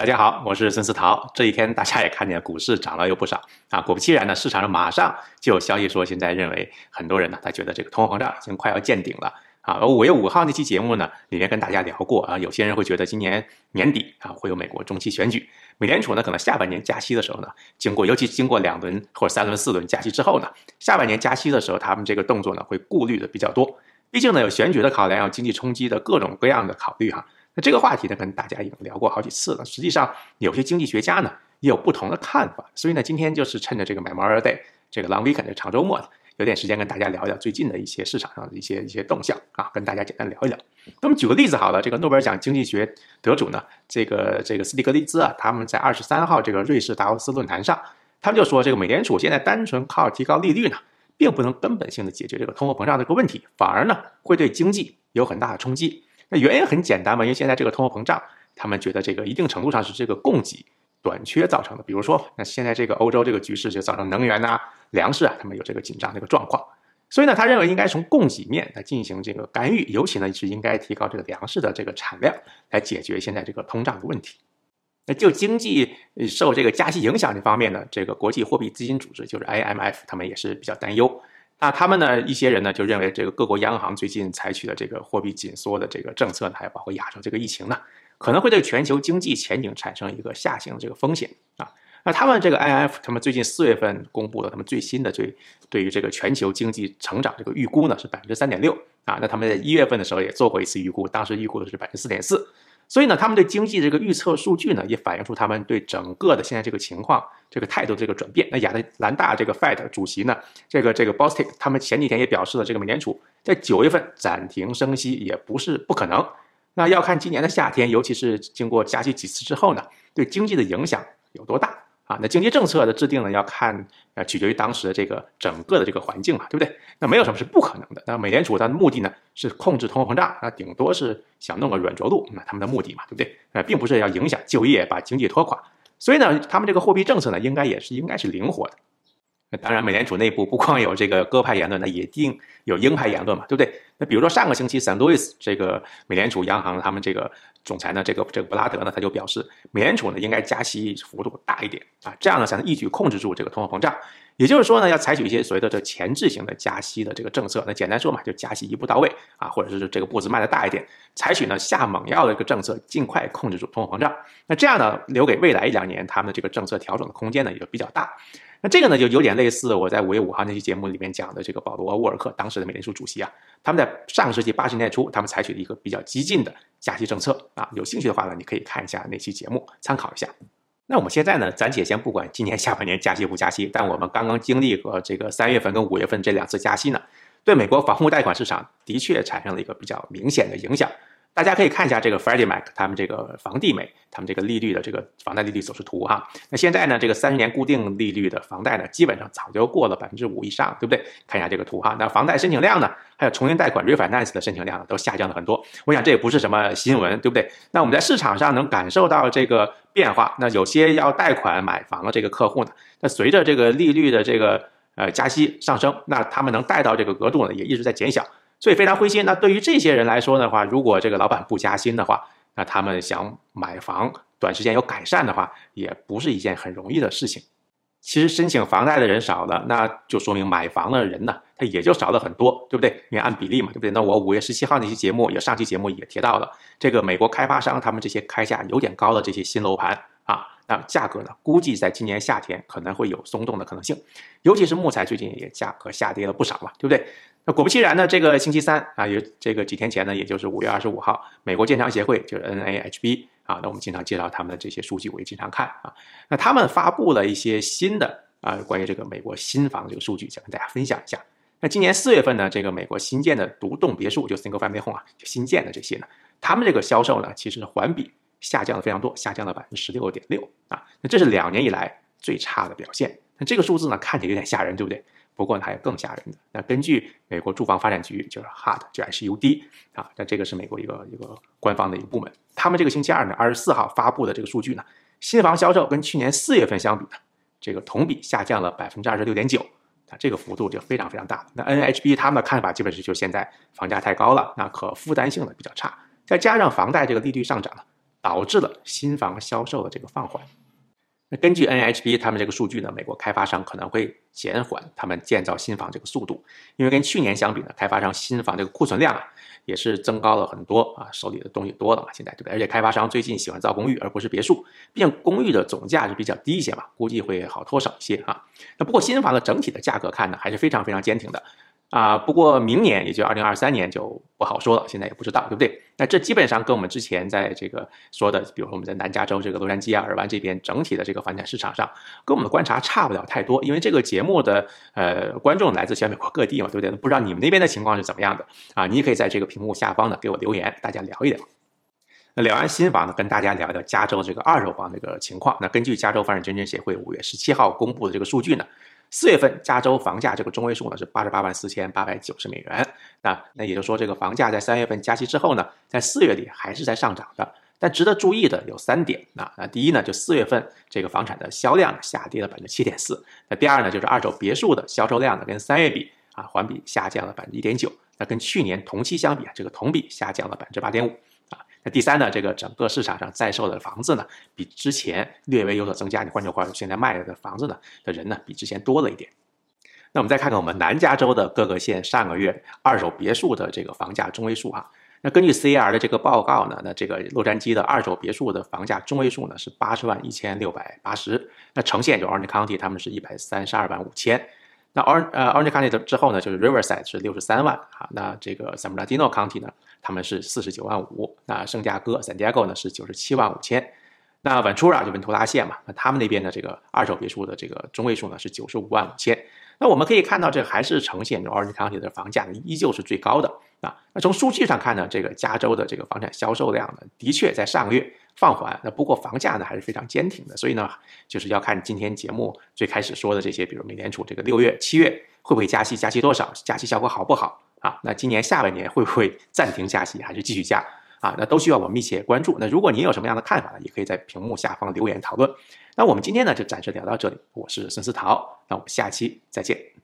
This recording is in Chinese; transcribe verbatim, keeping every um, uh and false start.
大家好，我是孙思陶。这一天大家也看见股市涨了有不少啊，果不其然呢，市场上马上就有消息说，现在认为很多人呢，他觉得这个通货膨胀已经快要见顶了啊。而五月五号那期节目呢，里面跟大家聊过啊，有些人会觉得今年年底啊会有美国中期选举，美联储呢可能下半年加息的时候呢，经过尤其经过两轮或者三轮、四轮加息之后呢，下半年加息的时候，他们这个动作呢会顾虑的比较多，毕竟呢有选举的考量，有经济冲击的各种各样的考虑哈。那这个话题呢，跟大家已经聊过好几次了。实际上，有些经济学家呢也有不同的看法。所以呢，今天就是趁着这个 Memorial Day 这个 Long Weekend 这长周末呢，有点时间跟大家聊一聊最近的一些市场上的一些一些动向啊，跟大家简单聊一聊。那么举个例子好了，这个诺贝尔奖经济学得主呢，这个这个斯蒂格利兹啊，他们在二十三号这个瑞士达沃斯论坛上，他们就说这个美联储现在单纯靠提高利率呢，并不能根本性的解决这个通货膨胀这个问题，反而呢会对经济有很大的冲击。那原因很简单嘛，因为现在这个通货膨胀，他们觉得这个一定程度上是这个供给短缺造成的。比如说，那现在这个欧洲这个局势就造成能源啊、粮食啊，他们有这个紧张这个状况。所以呢，他认为应该从供给面来进行这个干预，尤其呢是应该提高这个粮食的这个产量，来解决现在这个通胀的问题。那就经济受这个加息影响这方面呢，这个国际货币基金组织就是 I M F， 他们也是比较担忧。那他们呢？一些人呢就认为，这个各国央行最近采取的这个货币紧缩的这个政策呢，还有包括亚洲这个疫情呢，可能会对全球经济前景产生一个下行的这个风险啊。那他们这个 I M F， 他们最近四月份公布了他们最新的对对于这个全球经济成长这个预估呢是百分之三点六啊。那他们在一月份的时候也做过一次预估，当时预估的是百分之四点四。所以呢，他们对经济这个预测数据呢，也反映出他们对整个的现在这个情况、这个态度这个转变。那亚特兰大这个 Fed 主席呢，这个这个 Bostic， 他们前几天也表示了，这个美联储在九月份暂停升息也不是不可能。那要看今年的夏天，尤其是经过加息几次之后呢，对经济的影响有多大啊？那经济政策的制定呢，要看呃取决于当时的这个整个的这个环境嘛，对不对？那没有什么是不可能的。那美联储它的目的呢是控制通货膨胀，那顶多是想弄个软着陆，那他们的目的嘛，对不对？呃，并不是要影响就业，把经济拖垮。所以呢，他们这个货币政策呢，应该也是应该是灵活的。那当然，美联储内部不光有这个鸽派言论，那也一定有鹰派言论嘛，对不对？那比如说上个星期 ，Saint Louis 这个美联储央行他们这个总裁呢，这个这个布拉德呢，他就表示，美联储呢应该加息幅度大一点啊，这样呢才能一举控制住这个通货膨胀。也就是说呢，要采取一些所谓的这前置型的加息的这个政策。那简单说嘛，就加息一步到位啊，或者是这个步子迈得大一点，采取呢下猛药的一个政策，尽快控制住通货膨胀。那这样呢，留给未来一两年他们的这个政策调整的空间呢也就比较大。那这个呢，就有点类似我在五月五号那期节目里面讲的这个保罗·沃尔克，当时的美联储主席啊，他们在上个世纪八十年代初，他们采取了一个比较激进的加息政策啊。有兴趣的话呢，你可以看一下那期节目，参考一下。那我们现在呢，暂且先不管今年下半年加息不加息，但我们刚刚经历过这个三月份跟五月份这两次加息呢，对美国房屋贷款市场的确产生了一个比较明显的影响。大家可以看一下这个 Freddie Mac 他们这个房地美他们这个利率的这个房贷利率走势图哈。那现在呢，这个三十年固定利率的房贷呢，基本上早就过了百分之五以上，对不对？看一下这个图哈。那房贷申请量呢，还有重新贷款 refinance 的申请量呢，都下降了很多。我想这也不是什么新闻，对不对？那我们在市场上能感受到这个变化。那有些要贷款买房的这个客户呢，那随着这个利率的这个呃加息上升，那他们能贷到这个额度呢，也一直在减小。所以非常灰心。那对于这些人来说的话，如果这个老板不加薪的话，那他们想买房短时间有改善的话，也不是一件很容易的事情。其实申请房贷的人少了，那就说明买房的人呢，他也就少了很多，对不对？因为按比例嘛，对不对？那我五月十七号那期节目，也上期节目也提到了，这个美国开发商他们这些开价有点高的这些新楼盘啊，那价格呢，估计在今年夏天可能会有松动的可能性，尤其是木材最近也价格下跌了不少嘛，对不对？那果不其然呢，这个星期三啊，有这个几天前呢，也就是五月二十五号，美国建商协会就是 N A H B 啊，那我们经常介绍他们的这些数据，我也经常看啊。那他们发布了一些新的啊，关于这个美国新房这个数据，想跟大家分享一下。那今年四月份呢，这个美国新建的独栋别墅，就 single family home 啊，就新建的这些呢，他们这个销售呢，其实环比下降的非常多，下降了百分之十六点六啊，那这是两年以来最差的表现。那这个数字呢，看起来有点吓人，对不对？不过呢，还有更吓人的。那根据美国住房发展局，就是 H U D， 就 H U D 啊，那这个是美国一个一个官方的一个部门，他们这个星期二呢，二十四号发布的这个数据呢，新房销售跟去年四月份相比呢，这个同比下降了百分之二十六点九。啊，这个幅度就非常非常大。那 N H B 他们的看法基本是，就现在房价太高了，那可负担性的比较差，再加上房贷这个利率上涨呢， 导致了新房销售的这个放缓。那根据 N H B 他们这个数据呢，美国开发商可能会减缓他们建造新房这个速度，因为跟去年相比呢，开发商新房这个库存量啊也是增高了很多啊，手里的东西多了嘛，现在对不对？而且开发商最近喜欢造公寓而不是别墅，毕竟公寓的总价是比较低一些嘛，估计会好脱手一些啊。那不过新房的整体的价格看呢，还是非常非常坚挺的。啊，不过明年也就二零二三年就不好说了，现在也不知道，对不对？那这基本上跟我们之前在这个说的，比如说我们在南加州这个洛杉矶啊、尔湾这边整体的这个房产市场上，跟我们的观察差不了太多。因为这个节目的呃观众来自全美国各地嘛，对不对？不知道你们那边的情况是怎么样的啊？你也可以在这个屏幕下方呢给我留言，大家聊一聊。那聊完新房呢，跟大家聊聊加州这个二手房这个情况。那根据加州房产真正协会五月十七号公布的这个数据呢，四月份加州房价这个中位数呢是八十八万四千八百九十美元。那那也就是说，这个房价在三月份加息之后呢，在四月里还是在上涨的。但值得注意的有三点啊。那第一呢，就四月份这个房产的销量下跌了百分之七点四。那第二呢，就是二手别墅的销售量呢跟三月比啊环比下降了百分之一点九。那跟去年同期相比啊，这个同比下降了百分之八点五。啊，那第三呢，这个整个市场上在售的房子呢，比之前略微有所增加。你换句话说，现在卖的房子呢的人呢，比之前多了一点。那我们再看看我们南加州的各个县上个月二手别墅的这个房价中位数啊。那根据 C A R 的这个报告呢，那这个洛杉矶的二手别墅的房价中位数呢是八十万一千六百八十。那城县就 Orange County 他们是一百三十二万五千。那 Orange 呃 Orange County 的之后呢，就是 Riverside 是六十三万啊。那这个 San Bernardino County 呢，他们是四十九万五。那圣加哥 San Diego 呢是九十七万五千。那 Ventura 就文图拉县嘛，那他们那边的这个二手别墅的这个中位数呢是九十五万五千。那我们可以看到，这还是呈现 Orange County 的房价呢依旧是最高的啊。那从数据上看呢，这个加州的这个房产销售量呢，的确在上个月放缓。那不过房价呢还是非常坚挺的，所以呢，就是要看今天节目最开始说的这些，比如美联储这个六月、七月会不会加息，加息多少，加息效果好不好啊？那今年下半年会不会暂停加息，还是继续加？啊，那都需要我们密切关注。那如果您有什么样的看法呢，也可以在屏幕下方留言讨论。那我们今天呢就暂时聊到这里，我是孙思桃，那我们下期再见。